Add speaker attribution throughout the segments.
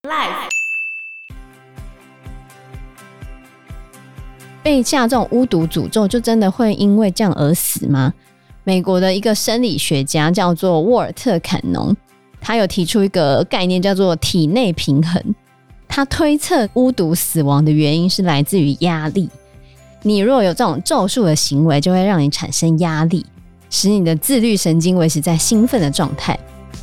Speaker 1: Life
Speaker 2: 被下这种巫毒诅咒，就真的会因为这样而死吗？美国的一个生理学家叫做沃尔特·坎农，他有提出一个概念叫做体内平衡。他推测巫毒死亡的原因是来自于压力。你若有这种咒术的行为，就会让你产生压力，使你的自律神经维持在兴奋的状态。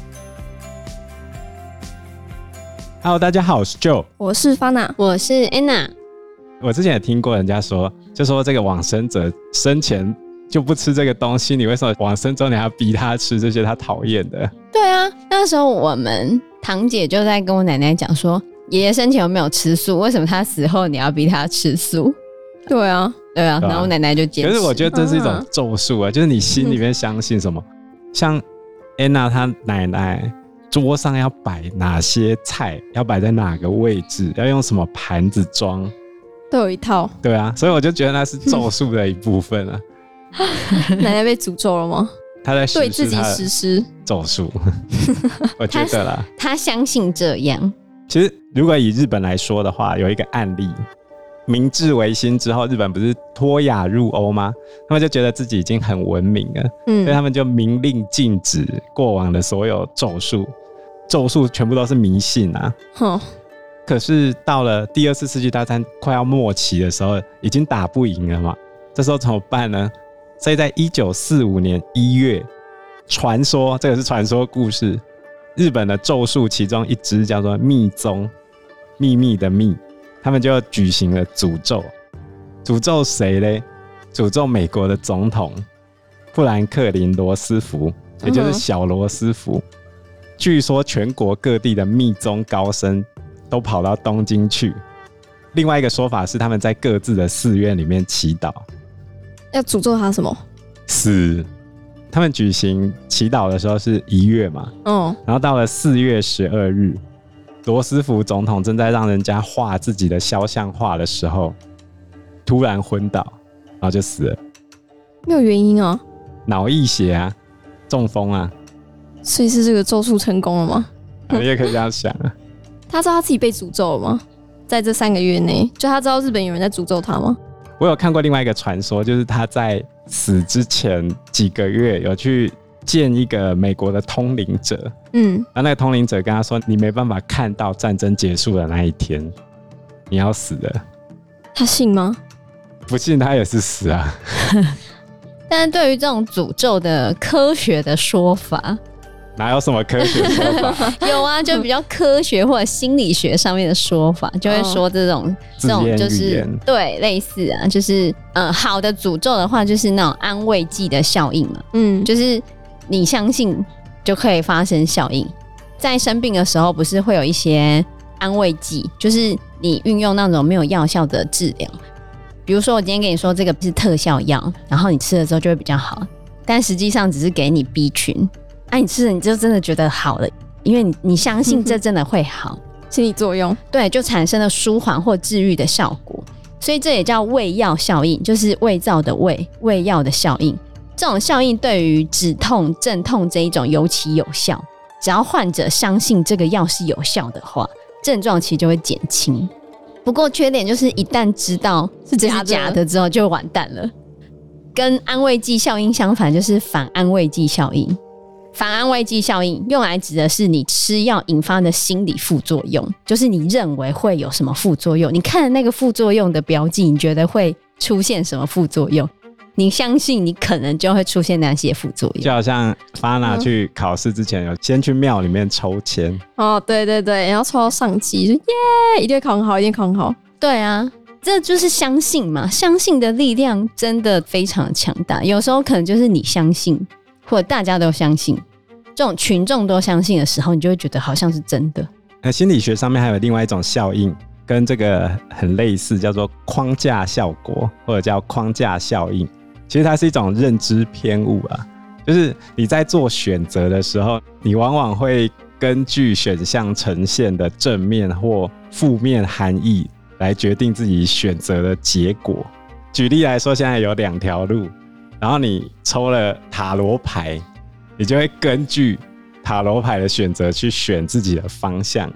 Speaker 3: Hello， 大家好，我是 Joe，
Speaker 4: 我是 Fana，
Speaker 2: 我是 Anna。
Speaker 3: 我之前也听过人家说，就说这个往生者生前就不吃这个东西，你为什么往生之后你还要逼他吃这些他讨厌的？
Speaker 2: 对啊，那时候我们堂姐就在跟我奶奶讲说，爷爷生前有没有吃素？为什么他死后你要逼他吃素？
Speaker 4: 对啊，
Speaker 2: 对啊，然后我奶奶就坚持。
Speaker 3: 可是我觉得这是一种咒术啊，就是你心里面相信什么。像 Anna 她奶奶桌上要摆哪些菜，要摆在哪个位置，要用什么盘子装，
Speaker 4: 都有一套。
Speaker 3: 对啊，所以我就觉得那是咒术的一部分啊。
Speaker 4: 奶奶被诅咒了吗？
Speaker 3: 他在
Speaker 4: 对自己实施
Speaker 3: 咒术，我觉得啦，
Speaker 2: 他相信这样。
Speaker 3: 其实如果以日本来说的话，有一个案例，明治维新之后，日本不是脱亚入欧吗？他们就觉得自己已经很文明了，所以他们就明令禁止过往的所有咒术，咒术全部都是迷信啊。可是到了第二次世纪大战快要末期的时候，已经打不赢了嘛，这时候怎么办呢？所以在1945年1月，传说，这个是传说故事，日本的咒术其中一支叫做密宗，秘密的密，他们就举行了诅咒。诅咒谁呢？诅咒美国的总统富兰克林·罗斯福，也就是小罗斯福。据说全国各地的密宗高僧都跑到东京去。另外一个说法是，他们在各自的寺院里面祈祷。
Speaker 4: 要诅咒他什么？
Speaker 3: 死。他们举行祈祷的时候是1月嘛，然后到了4月12日，罗斯福总统正在让人家画自己的肖像画的时候，突然昏倒，然后就死了。
Speaker 4: 没有原因啊？
Speaker 3: 脑溢血啊，中风啊。
Speaker 4: 所以是这个咒术成功了吗？
Speaker 3: 你也可以这样想啊。
Speaker 4: 他知道他自己被诅咒了吗？在这3个月内，就他知道日本有人在诅咒他吗？
Speaker 3: 我有看过另外一个传说，就是他在死之前几个月有去见一个美国的通灵者，那个通灵者跟他说，你没办法看到战争结束的那一天，你要死了。
Speaker 4: 他信吗？
Speaker 3: 不信他也是死啊。
Speaker 2: 但是对于这种诅咒的科学的说法，
Speaker 3: 哪有什么科学说法？
Speaker 2: 有啊，就比较科学或者心理学上面的说法，就会说这种就是对类似啊，就是好的诅咒的话，就是那种安慰剂的效应嘛，就是你相信就可以发生效应。在生病的时候，不是会有一些安慰剂，就是你运用那种没有药效的治疗，比如说我今天跟你说这个是特效药，然后你吃了之后就会比较好，但实际上只是给你 B 群。你吃了你就真的觉得好了，因为 你相信这真的会好，
Speaker 4: 心理作用，
Speaker 2: 对，就产生了舒缓或治愈的效果，所以这也叫胃药效应，就是胃造的胃药的效应。这种效应对于止痛、镇痛这一种尤其有效，只要患者相信这个药是有效的话，症状其实就会减轻。不过缺点就是一旦知道这是假的之后就完蛋了。跟安慰剂效应相反，就是反安慰剂效应。反安慰剂效应用来指的是你吃药引发的心理副作用，就是你认为会有什么副作用，你看了那个副作用的标记，你觉得会出现什么副作用，你相信你可能就会出现那些副作用。
Speaker 3: 就好像 Fana 去考试之前有先去庙里面抽签，
Speaker 4: 对对对，然后抽到上级就耶，一定会考很好，一定考很好。
Speaker 2: 对啊，这就是相信嘛，相信的力量真的非常强大。有时候可能就是你相信，或者大家都相信，这种群众都相信的时候，你就会觉得好像是真的。
Speaker 3: 心理学上面还有另外一种效应，跟这个很类似，叫做框架效果，或者叫框架效应。其实它是一种认知偏误啊，就是你在做选择的时候，你往往会根据选项呈现的正面或负面含义来决定自己选择的结果。举例来说，现在有2条路，然后你抽了塔罗牌，你就会根据塔罗牌的选择去选自己的方向。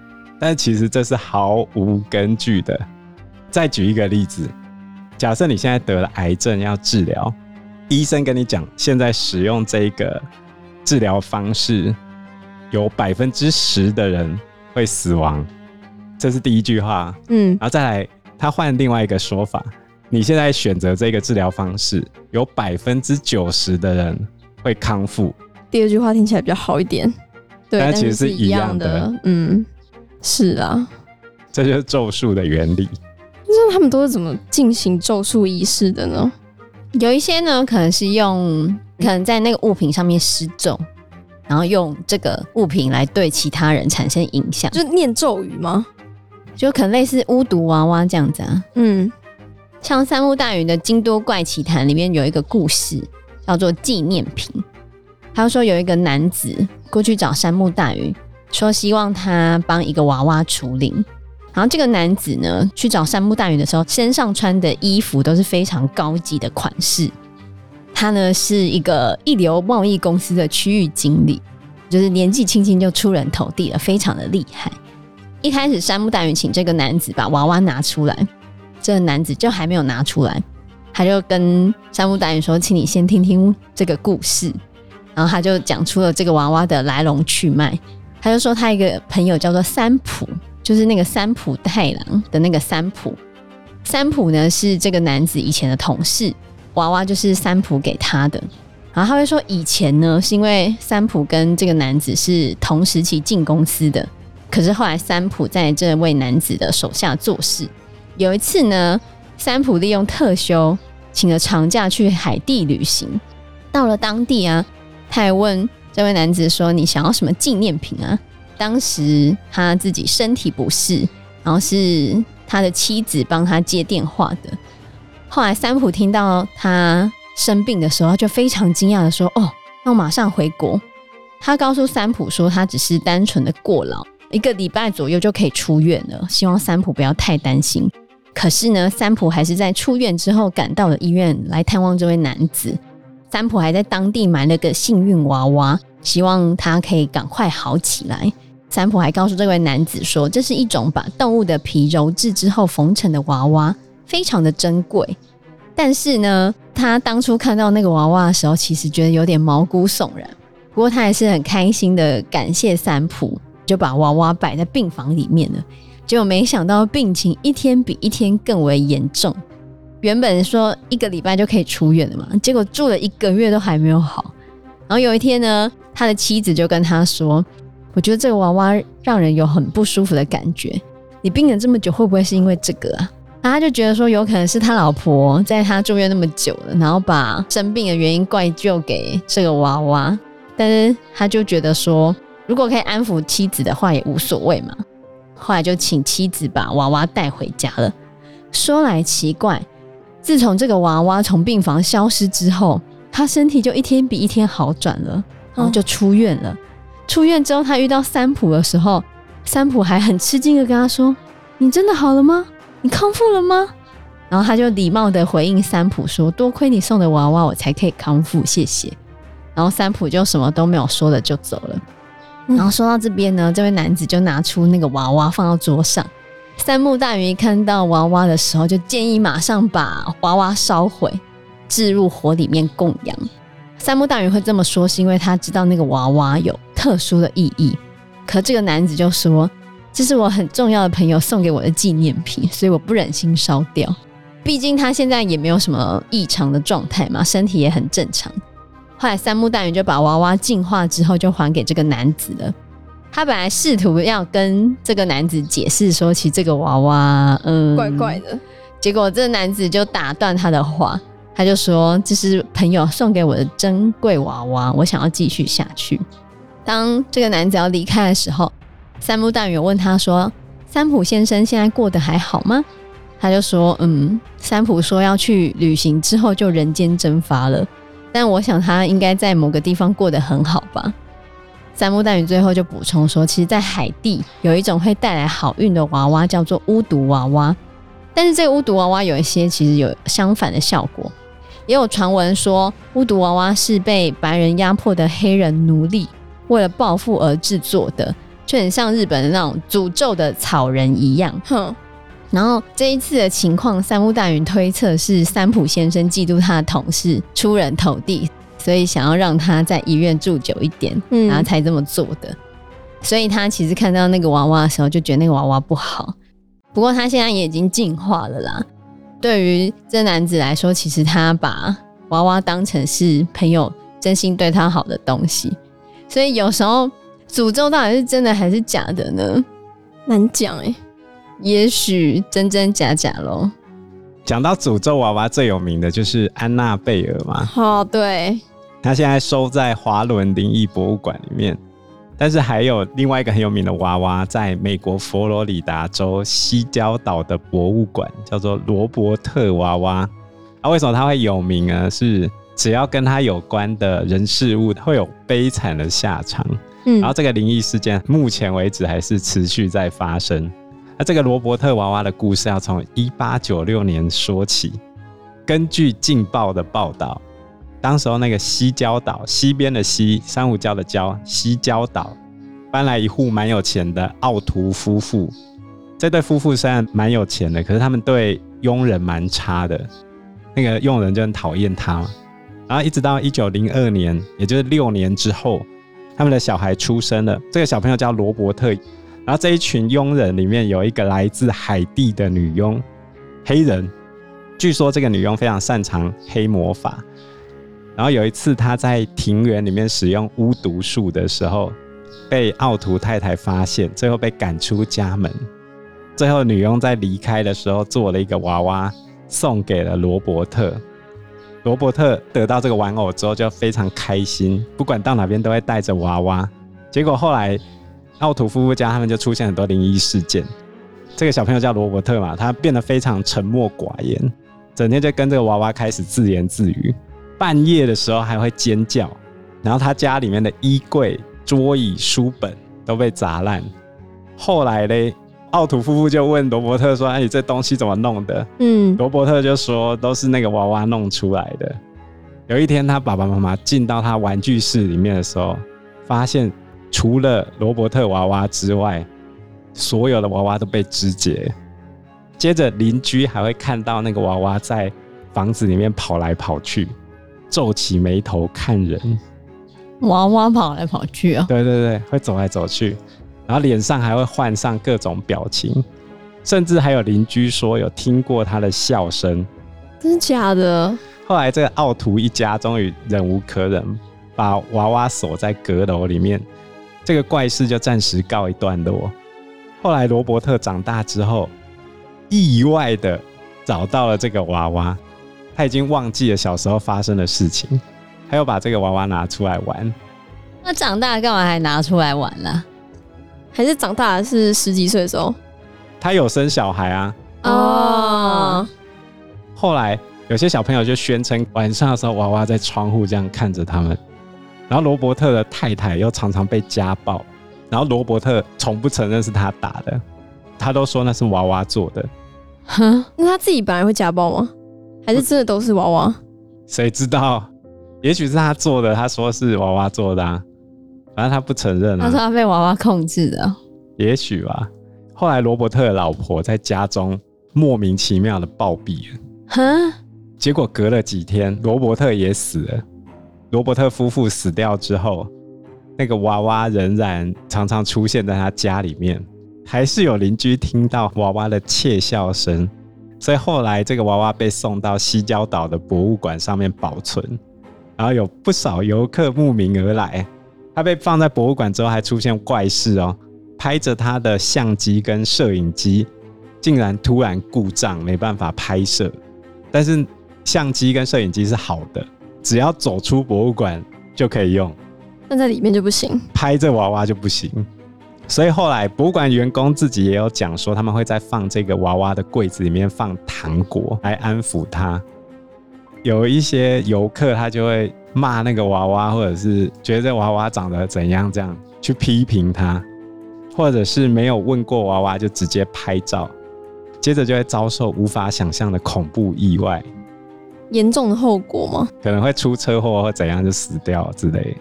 Speaker 3: 但是其实这是毫无根据的。再举一个例子，假设你现在得了癌症要治疗，医生跟你讲现在使用这个治疗方式有 10% 的人会死亡，这是第一句话。然后再来他换另外一个说法，你现在选择这个治疗方式有 90% 的人会康复。
Speaker 4: 第二句话听起来比较好一点，对，
Speaker 3: 但其实是一样的。
Speaker 4: 是啊，
Speaker 3: 这就是咒术的原理。
Speaker 4: 那他们都是怎么进行咒术仪式的呢？
Speaker 2: 有一些呢，可能是可能在那个物品上面施咒，然后用这个物品来对其他人产生影响，
Speaker 4: 就是念咒语吗？
Speaker 2: 就可能类似巫毒娃娃这样子啊。像三木大宇的《京都怪奇谈》里面有一个故事叫做纪念品，他说有一个男子过去找三木大宇，说希望他帮一个娃娃除灵。然后这个男子呢去找三木大宇的时候，身上穿的衣服都是非常高级的款式。他呢是一个一流贸易公司的区域经理，就是年纪轻轻就出人头地了，非常的厉害。一开始三木大宇请这个男子把娃娃拿出来，这个男子就还没有拿出来，他就跟三木大宇说，请你先听听这个故事。然后他就讲出了这个娃娃的来龙去脉。他就说他一个朋友叫做三浦，就是那个三浦太郎的那个三浦。三浦呢是这个男子以前的同事，娃娃就是三浦给他的。然后他会说以前呢是因为三浦跟这个男子是同时期进公司的，可是后来三浦在这位男子的手下做事。有一次呢，三浦利用特休请了长假去海地旅行，到了当地啊，他还问这位男子说，你想要什么纪念品啊？当时他自己身体不适，然后是他的妻子帮他接电话的。后来三浦听到他生病的时候，他就非常惊讶的说，那我马上回国。他告诉三浦说，他只是单纯的过劳，1个礼拜左右就可以出院了，希望三浦不要太担心。可是呢，三浦还是在出院之后赶到了医院来探望这位男子。三浦还在当地买了个幸运娃娃，希望他可以赶快好起来。三浦还告诉这位男子说，这是一种把动物的皮揉制之后缝成的娃娃，非常的珍贵。但是呢，他当初看到那个娃娃的时候，其实觉得有点毛骨悚然。不过他还是很开心的感谢三浦，就把娃娃摆在病房里面了。结果没想到病情一天比一天更为严重。原本说1个礼拜就可以出院了嘛，结果住了1个月都还没有好。然后有一天呢，他的妻子就跟他说，我觉得这个娃娃让人有很不舒服的感觉，你病了这么久会不会是因为这个啊？然后他就觉得说有可能是他老婆在他住院那么久了，然后把生病的原因怪咎给这个娃娃。但是他就觉得说如果可以安抚妻子的话也无所谓嘛。后来就请妻子把娃娃带回家了。说来奇怪，自从这个娃娃从病房消失之后，他身体就一天比一天好转了，然后就出院了。出院之后他遇到三浦的时候，三浦还很吃惊的跟他说，你真的好了吗？你康复了吗？然后他就礼貌的回应三浦说，多亏你送的娃娃我才可以康复，谢谢。然后三浦就什么都没有说的就走了。然后说到这边呢，这位男子就拿出那个娃娃放到桌上。三木大宇一看到娃娃的时候，就建议马上把娃娃烧毁，置入火里面供养。三木大宇会这么说是因为他知道那个娃娃有特殊的意义。可这个男子就说，这是我很重要的朋友送给我的纪念品，所以我不忍心烧掉。毕竟他现在也没有什么异常的状态嘛，身体也很正常。后来三木大宇就把娃娃净化之后就还给这个男子了。他本来试图要跟这个男子解释说，其实这个娃娃
Speaker 4: 怪怪的，
Speaker 2: 结果这个男子就打断他的话，他就说，这是朋友送给我的珍贵娃娃，我想要继续下去。当这个男子要离开的时候，三木大宇问他说，三浦先生现在过得还好吗？他就说三浦说要去旅行之后就人间蒸发了，但我想他应该在某个地方过得很好吧。三木大宇最后就补充说，其实在海地有一种会带来好运的娃娃叫做巫毒娃娃，但是这个巫毒娃娃有一些其实有相反的效果。也有传闻说巫毒娃娃是被白人压迫的黑人奴隶为了报复而制作的， 就很像日本的那种诅咒的草人一样。然后这一次的情况，三木大云推测是三浦先生嫉妒他的同事出人头地，所以想要让他在医院住久一点，然后才这么做的。所以他其实看到那个娃娃的时候，就觉得那个娃娃不好。不过他现在也已经进化了啦。对于这男子来说，其实他把娃娃当成是朋友真心对他好的东西。所以有时候诅咒到底是真的还是假的呢？
Speaker 4: 难讲欸。
Speaker 2: 也许真真假假咯。
Speaker 3: 讲到诅咒娃娃最有名的就是安娜贝尔嘛。
Speaker 4: 对，
Speaker 3: 他现在收在华伦灵异博物馆里面。但是还有另外一个很有名的娃娃，在美国佛罗里达州西郊岛的博物馆，叫做罗伯特娃娃。为什么它会有名呢？是只要跟它有关的人事物会有悲惨的下场。然后这个灵异事件目前为止还是持续在发生。那这个罗伯特娃娃的故事要从1896年说起。根据镜报的报道，当时候那个西郊岛，西边的西，珊瑚礁的礁，西郊岛搬来一户蛮有钱的奥图夫妇。这对夫妇虽然蛮有钱的，可是他们对佣人蛮差的，那个佣人就很讨厌他嘛。然后一直到1902年，也就是6年之后，他们的小孩出生了，这个小朋友叫罗伯特。然后这一群佣人里面有一个来自海地的女佣，黑人。据说这个女佣非常擅长黑魔法。然后有一次他在庭园里面使用巫毒术的时候，被奥图太太发现，最后被赶出家门。最后女佣在离开的时候做了一个娃娃送给了罗伯特。罗伯特得到这个玩偶之后就非常开心，不管到哪边都会带着娃娃。结果后来奥图夫妇家他们就出现很多灵异事件。这个小朋友叫罗伯特嘛，他变得非常沉默寡言，整天就跟这个娃娃开始自言自语，半夜的时候还会尖叫。然后他家里面的衣柜、桌椅、书本都被砸烂。后来咧，奥图夫妇就问罗伯特说：“你这东西怎么弄的？”罗伯特就说：“都是那个娃娃弄出来的。”有一天他爸爸妈妈进到他玩具室里面的时候，发现除了罗伯特娃娃之外，所有的娃娃都被肢解。接着邻居还会看到那个娃娃在房子里面跑来跑去，皱起眉头看人。
Speaker 2: 娃娃跑来跑去哦。
Speaker 3: 对对对，会走来走去，然后脸上还会换上各种表情，甚至还有邻居说有听过他的笑声。
Speaker 4: 真的假的？
Speaker 3: 后来这个奥图一家终于忍无可忍，把娃娃锁在阁楼里面，这个怪事就暂时告一段落。后来罗伯特长大之后，意外的找到了这个娃娃，他已经忘记了小时候发生的事情，他又把这个娃娃拿出来玩。
Speaker 2: 那长大干嘛还拿出来玩啦？
Speaker 4: 还是长大的是10几岁的时候？
Speaker 3: 他有生小孩啊。后来有些小朋友就宣称晚上的时候娃娃在窗户这样看着他们。然后罗伯特的太太又常常被家暴，然后罗伯特从不承认是他打的，他都说那是娃娃做的。
Speaker 4: 那他自己本来会家暴吗？还是真的都是娃娃？
Speaker 3: 谁知道？也许是他做的，他说是娃娃做的啊，反正他不承认啊。
Speaker 2: 他说他被娃娃控制的。
Speaker 3: 也许吧。后来罗伯特的老婆在家中莫名其妙的暴毙了。结果隔了几天，罗伯特也死了。罗伯特夫妇死掉之后，那个娃娃仍然常常出现在他家里面，还是有邻居听到娃娃的窃笑声。所以后来这个娃娃被送到西郊岛的博物馆上面保存，然后有不少游客慕名而来。他被放在博物馆之后还出现怪事哦，拍着他的相机跟摄影机竟然突然故障，没办法拍摄。但是相机跟摄影机是好的，只要走出博物馆就可以用，
Speaker 4: 但在里面就不行，
Speaker 3: 拍这娃娃就不行。所以后来博物馆员工自己也有讲说，他们会在放这个娃娃的柜子里面放糖果来安抚他。有一些游客他就会骂那个娃娃，或者是觉得这娃娃长得怎样，这样去批评他，或者是没有问过娃娃就直接拍照，接着就会遭受无法想象的恐怖意外。
Speaker 4: 严重的后果吗？
Speaker 3: 可能会出车祸或怎样就死掉之类的。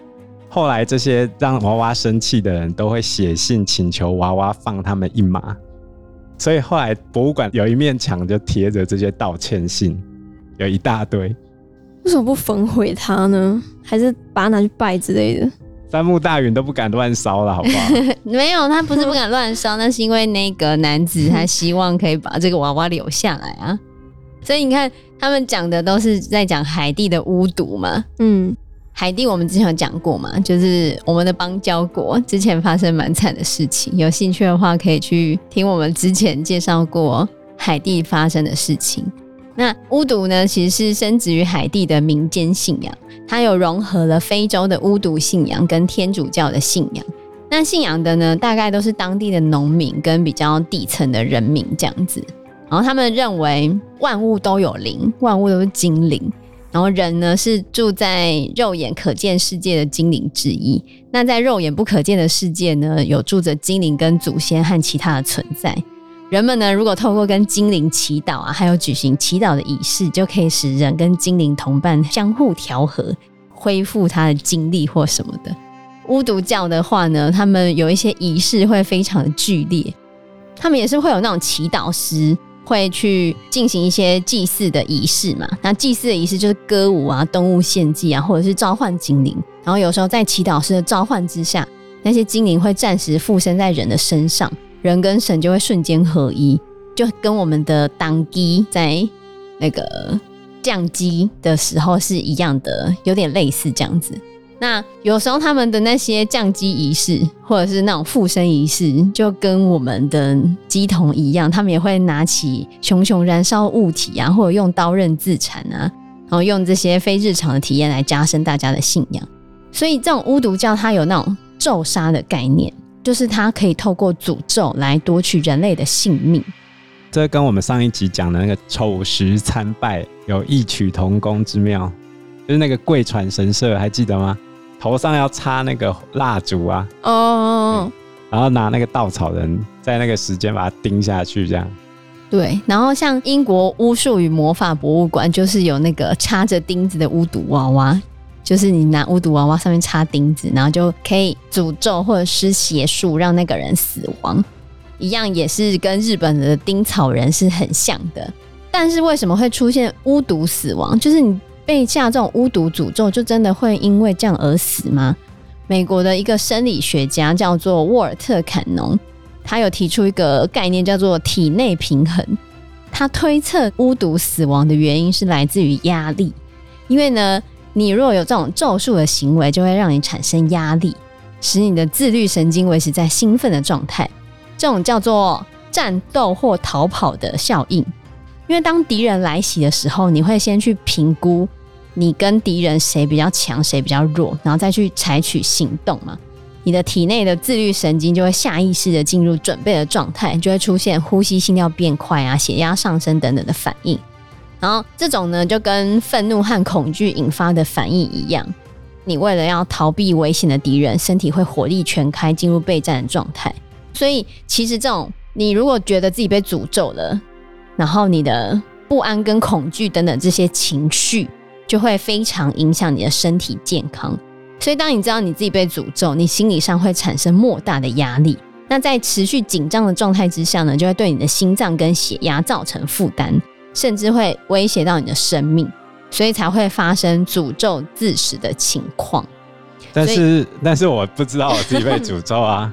Speaker 3: 后来这些让娃娃生气的人都会写信请求娃娃放他们一马，所以后来博物馆有一面墙就贴着这些道歉信，有一大堆。
Speaker 4: 为什么不焚毁它呢？还是把它拿去拜之类的？
Speaker 3: 三木大云都不敢乱烧了，好不好？
Speaker 2: 没有，他不是不敢乱烧，那是因为那个男子他希望可以把这个娃娃留下来啊。所以你看，他们讲的都是在讲海地的巫毒嘛。海地我们之前有讲过嘛，就是我们的邦交国之前发生蛮惨的事情，有兴趣的话可以去听我们之前介绍过海地发生的事情。那巫毒呢，其实是深植于海地的民间信仰，它有融合了非洲的巫毒信仰跟天主教的信仰。那信仰的呢，大概都是当地的农民跟比较底层的人民这样子。然后他们认为万物都有灵，万物都是精灵。然后人呢，是住在肉眼可见世界的精灵之一。那在肉眼不可见的世界呢，有住着精灵跟祖先和其他的存在。人们呢，如果透过跟精灵祈祷啊，还有举行祈祷的仪式，就可以使人跟精灵同伴相互调和，恢复他的精力或什么的。巫毒教的话呢，他们有一些仪式会非常的剧烈，他们也是会有那种祈祷师会去进行一些祭祀的仪式嘛。那祭祀的仪式就是歌舞啊、动物献祭啊，或者是召唤精灵。然后有时候在祈祷师的召唤之下，那些精灵会暂时附身在人的身上，人跟神就会瞬间合一，就跟我们的当机在那个降机的时候是一样的，有点类似这样子。那有时候他们的那些降机仪式或者是那种附身仪式，就跟我们的乩童一样，他们也会拿起熊熊燃烧物体啊，或者用刀刃自残啊，然后用这些非日常的体验来加深大家的信仰。所以这种巫毒教它有那种咒杀的概念，就是它可以透过诅咒来夺取人类的性命。
Speaker 3: 这跟我们上一集讲的那个丑时参拜有异曲同工之妙，就是那个贵船神社，还记得吗？头上要插那个蜡烛啊，然后拿那个稻草人在那个时间把它钉下去，这样。
Speaker 2: 对，然后像英国巫术与魔法博物馆就是有那个插着钉子的巫毒娃娃，就是你拿巫毒娃娃上面插钉子，然后就可以诅咒或者施邪术让那个人死亡，一样也是跟日本的丁草人是很像的。但是为什么会出现巫毒死亡？就是你被下这种巫毒诅咒，就真的会因为这样而死吗？美国的一个生理学家叫做沃尔特·坎农，他有提出一个概念叫做体内平衡。他推测巫毒死亡的原因是来自于压力，因为呢，你如果有这种咒术的行为，就会让你产生压力，使你的自律神经维持在兴奋的状态，这种叫做战斗或逃跑的效应。因为当敌人来袭的时候，你会先去评估你跟敌人谁比较强谁比较弱，然后再去采取行动嘛。你的体内的自律神经就会下意识的进入准备的状态，就会出现呼吸、心跳变快啊、血压上升等等的反应。然后这种呢，就跟愤怒和恐惧引发的反应一样，你为了要逃避危险的敌人，身体会火力全开，进入备战的状态。所以其实这种你如果觉得自己被诅咒了，然后你的不安跟恐惧等等这些情绪就会非常影响你的身体健康。所以当你知道你自己被诅咒，你心理上会产生莫大的压力，那在持续紧张的状态之下呢，就会对你的心脏跟血压造成负担，甚至会威胁到你的生命，所以才会发生诅咒致死的情况。
Speaker 3: 但是我不知道我自己被诅咒啊。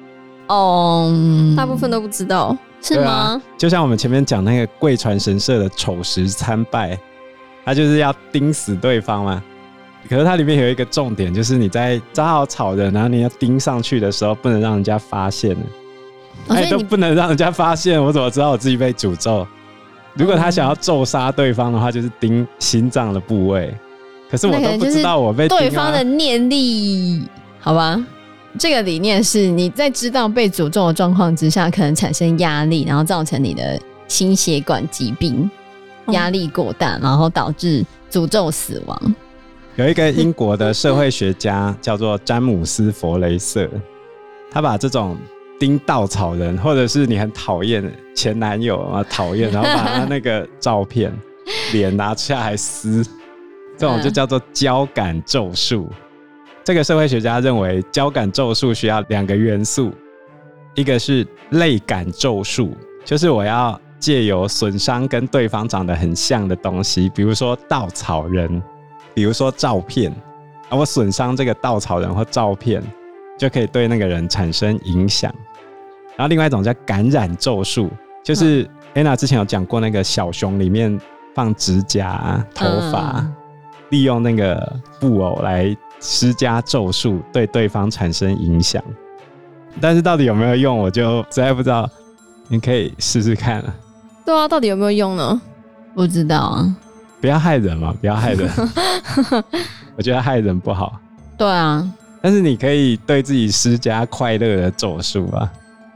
Speaker 4: 大部分都不知道，
Speaker 2: 是吗？
Speaker 3: 啊，就像我们前面讲那个贵船神社的丑时参拜，他就是要钉死对方嘛。可是它里面有一个重点，就是你在扎好草人，然后你要钉上去的时候，不能让人家发现都不能让人家发现，我怎么知道我自己被诅咒？如果他想要咒杀对方的话，就是钉心脏的部位。可是我都不知道我被钉
Speaker 2: 对方的念力，好吧？这个理念是你在知道被诅咒的状况之下，可能产生压力，然后造成你的心血管疾病，压力过大，然后导致诅咒死亡。
Speaker 3: 有一个英国的社会学家叫做詹姆斯·弗雷瑟，他把这种钉稻草人，或者是你很讨厌前男友啊，讨厌，然后把他那个照片脸拿下来撕，这种就叫做交感咒术。 这个社会学家认为交感咒术需要2个元素，一个是类感咒术，就是我要借由损伤跟对方长得很像的东西，比如说稻草人，比如说照片，我损伤这个稻草人或照片，就可以对那个人产生影响。然后另外一种叫感染咒术，就是Anna 之前有讲过那个小熊里面放指甲、头发，利用那个布偶来施加咒术，对对方产生影响。但是到底有没有用，我就实在不知道，你可以试试看啊。
Speaker 4: 对啊，到底有没有用呢？
Speaker 2: 不知道啊。
Speaker 3: 不要害人嘛，不要害人。我觉得害人不好。
Speaker 2: 对啊，
Speaker 3: 但是你可以对自己施加快乐的咒术啊。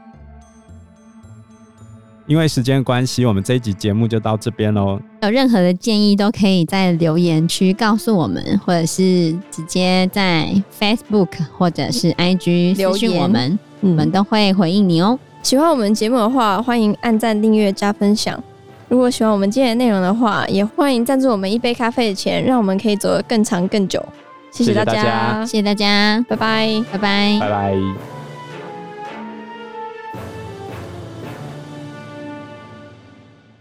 Speaker 3: 因为时间关系，我们这一集节目就到这边咯。
Speaker 2: 有任何的建议都可以在留言区告诉我们，或者是直接在 Facebook 或者是 IG 私讯我们，我们都会回应你哦。
Speaker 4: 喜欢我们节目的话，欢迎按赞、订阅、加分享。如果喜欢我们今天的内容的话，也欢迎赞助我们一杯咖啡的钱，让我们可以走得更长更久。谢谢大家，
Speaker 2: 谢谢大家，
Speaker 4: 拜拜，
Speaker 2: 拜拜，
Speaker 3: 拜拜。